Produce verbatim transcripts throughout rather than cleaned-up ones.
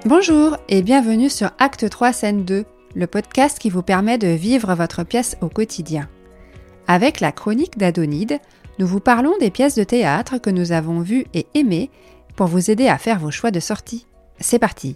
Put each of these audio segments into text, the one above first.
Bonjour et bienvenue sur Acte trois, Scène deux, le podcast qui vous permet de vivre votre pièce au quotidien. Avec la chronique d'Adonide, nous vous parlons des pièces de théâtre que nous avons vues et aimées pour vous aider à faire vos choix de sortie. C'est parti!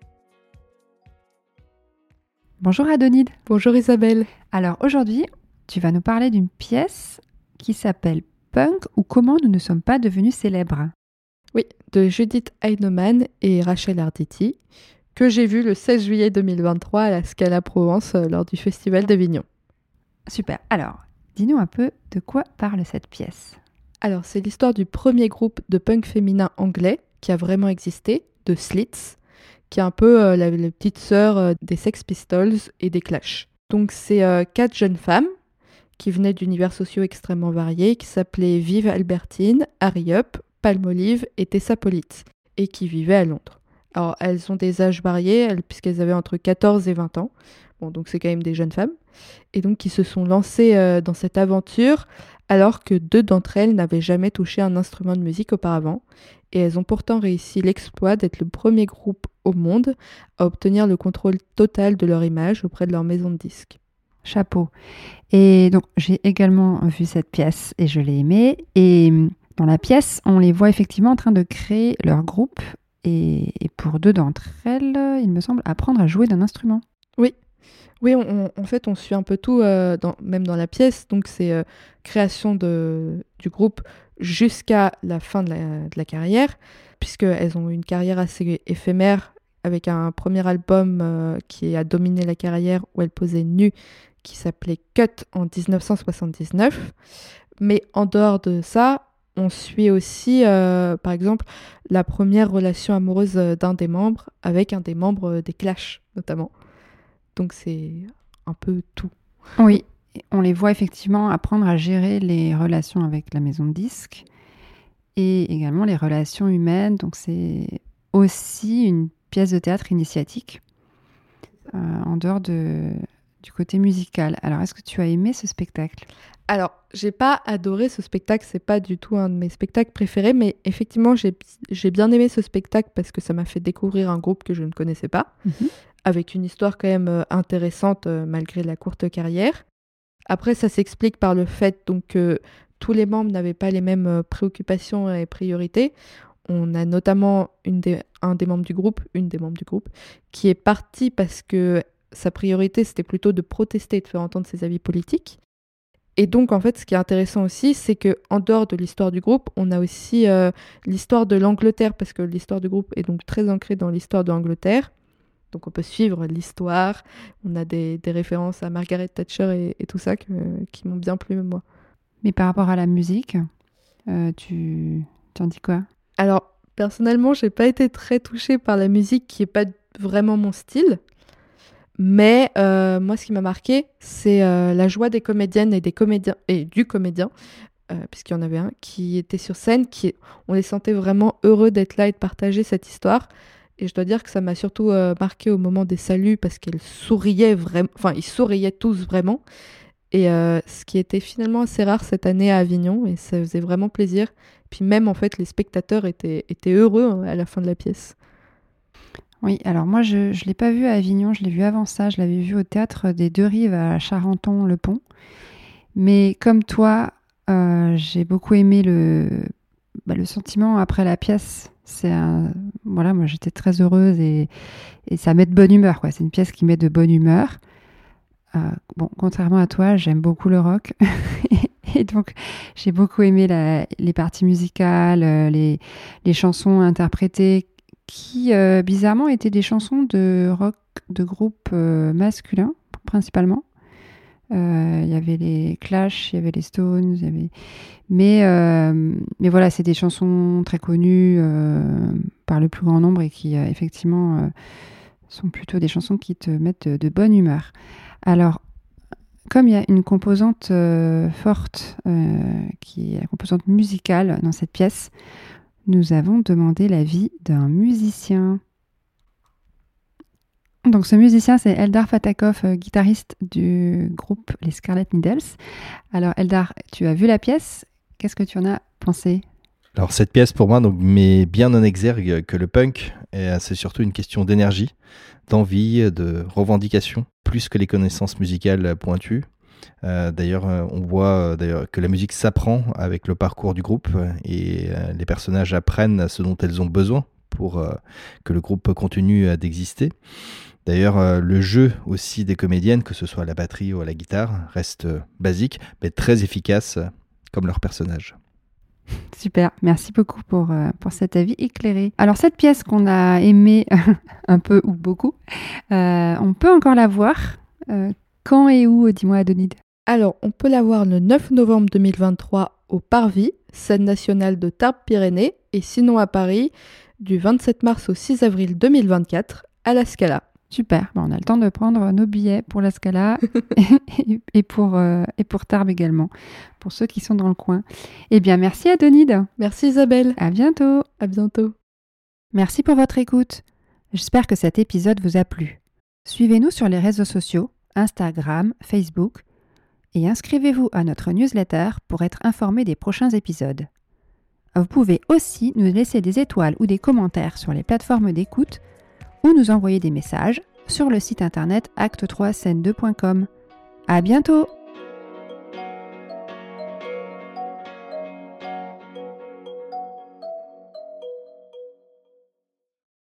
Bonjour Adonide. Bonjour Isabelle. Alors aujourd'hui, tu vas nous parler d'une pièce qui s'appelle Punk ou comment nous ne sommes pas devenus célèbres. Oui, de Judith Heinemann et Rachel Arditi, que j'ai vu le seize juillet deux mille vingt-trois à la Scala Provence lors du Festival d'Avignon. Super. Alors, dis-nous un peu de quoi parle cette pièce. Alors, c'est l'histoire du premier groupe de punk féminin anglais qui a vraiment existé, de Slits, qui est un peu euh, la, la petite sœur euh, des Sex Pistols et des Clash. Donc, c'est euh, quatre jeunes femmes qui venaient d'univers sociaux extrêmement variés, qui s'appelaient Viv Albertine, Harry Up, Palmolive et Tessa Pollitt, et qui vivaient à Londres. Alors, elles ont des âges variés, elles, puisqu'elles avaient entre quatorze et vingt ans. Bon, donc c'est quand même des jeunes femmes. Et donc, qui se sont lancées euh, dans cette aventure, alors que deux d'entre elles n'avaient jamais touché un instrument de musique auparavant. Et elles ont pourtant réussi l'exploit d'être le premier groupe au monde à obtenir le contrôle total de leur image auprès de leur maison de disques. Chapeau. Et donc, j'ai également vu cette pièce et je l'ai aimée. Et dans la pièce, on les voit effectivement en train de créer leur groupe. Et, et pour deux d'entre elles, il me semble, apprendre à jouer d'un instrument. Oui. Oui, on, on, en fait, on suit un peu tout, euh, dans, même dans la pièce. Donc, c'est euh, création de, du groupe jusqu'à la fin de la, de la carrière, puisqu'elles ont une carrière assez éphémère, avec un premier album euh, qui a dominé la carrière, où elles posaient nues, qui s'appelait Cut en dix-neuf cent soixante-dix-neuf. Mais en dehors de ça, on suit aussi, euh, par exemple, la première relation amoureuse d'un des membres, avec un des membres des Clash, notamment. Donc c'est un peu tout. Oui, on les voit effectivement apprendre à gérer les relations avec la maison de disques et également les relations humaines. Donc c'est aussi une pièce de théâtre initiatique euh, en dehors de, du côté musical. Alors, est-ce que tu as aimé ce spectacle ? Alors, j'ai pas adoré ce spectacle, c'est pas du tout un de mes spectacles préférés, mais effectivement, j'ai, j'ai bien aimé ce spectacle parce que ça m'a fait découvrir un groupe que je ne connaissais pas, mm-hmm. avec une histoire quand même euh, intéressante euh, malgré la courte carrière. Après, ça s'explique par le fait donc, que tous les membres n'avaient pas les mêmes euh, préoccupations et priorités. On a notamment une des, un des membres du groupe, une des membres du groupe, qui est partie parce que sa priorité, c'était plutôt de protester et de faire entendre ses avis politiques. Et donc, en fait, ce qui est intéressant aussi, c'est qu'en dehors de l'histoire du groupe, on a aussi euh, l'histoire de l'Angleterre, parce que l'histoire du groupe est donc très ancrée dans l'histoire de l'Angleterre. Donc, on peut suivre l'histoire. On a des, des références à Margaret Thatcher et, et tout ça que, qui m'ont bien plu, moi. Mais par rapport à la musique, euh, tu, tu en dis quoi ? Alors, personnellement, je n'ai pas été très touchée par la musique, qui n'est pas vraiment mon style. Mais euh, moi, ce qui m'a marqué, c'est euh, la joie des comédiennes et des comédiens et du comédien, euh, puisqu'il y en avait un qui était sur scène, qui on les sentait vraiment heureux d'être là et de partager cette histoire. Et je dois dire que ça m'a surtout euh, marqué au moment des saluts parce qu'elles souriaient vraiment, enfin ils souriaient tous vraiment. Et euh, ce qui était finalement assez rare cette année à Avignon, et ça faisait vraiment plaisir. Puis même en fait, les spectateurs étaient étaient heureux hein, à la fin de la pièce. Oui, alors moi je ne l'ai pas vu à Avignon, je l'ai vu avant ça, je l'avais vu au Théâtre des Deux Rives à Charenton-le-Pont. Mais comme toi, euh, j'ai beaucoup aimé le, bah, le sentiment après la pièce. C'est un, voilà, moi j'étais très heureuse et, et ça met de bonne humeur, quoi. C'est une pièce qui met de bonne humeur. Euh, bon, contrairement à toi, j'aime beaucoup le rock. Et donc, j'ai beaucoup aimé la, les parties musicales, les, les chansons interprétées qui, euh, bizarrement, étaient des chansons de rock de groupe euh, masculin, principalement. Il euh, y avait les Clash, il y avait les Stones, y avait... Mais, euh, mais voilà, c'est des chansons très connues euh, par le plus grand nombre et qui, euh, effectivement, euh, sont plutôt des chansons qui te mettent de, de bonne humeur. Alors, comme il y a une composante euh, forte, euh, qui est la composante musicale dans cette pièce, nous avons demandé l'avis d'un musicien. Donc ce musicien, c'est Eldar Fatakov, euh, guitariste du groupe Les Scarlet Needles. Alors Eldar, tu as vu la pièce, qu'est-ce que tu en as pensé ? Alors cette pièce pour moi donc, met bien en exergue que le punk Et c'est surtout une question d'énergie, d'envie, de revendication, plus que les connaissances musicales pointues. Euh, d'ailleurs, on voit d'ailleurs que la musique s'apprend avec le parcours du groupe et euh, les personnages apprennent ce dont elles ont besoin pour euh, que le groupe continue d'exister. D'ailleurs, euh, le jeu aussi des comédiennes, que ce soit à la batterie ou à la guitare, reste euh, basique, mais très efficace, euh, comme leur personnage. Super, merci beaucoup pour, euh, pour cet avis éclairé. Alors cette pièce qu'on a aimée un peu ou beaucoup, euh, on peut encore la voir. Euh, quand et où, dis-moi Adonide? Alors, on peut la voir le neuf novembre deux mille vingt-trois au Parvis, scène nationale de Tarbes-Pyrénées, et sinon à Paris, du vingt-sept mars au six avril deux mille vingt-quatre, à la Scala. Super, bon, on a le temps de prendre nos billets pour la Scala et, et, pour, euh, et pour Tarbes également, pour ceux qui sont dans le coin. Eh bien, merci Adonide. Merci Isabelle. À bientôt. À bientôt. Merci pour votre écoute. J'espère que cet épisode vous a plu. Suivez-nous sur les réseaux sociaux, Instagram, Facebook, et inscrivez-vous à notre newsletter pour être informé des prochains épisodes. Vous pouvez aussi nous laisser des étoiles ou des commentaires sur les plateformes d'écoute ou nous envoyer des messages sur le site internet acte trois scène deux point com. À bientôt!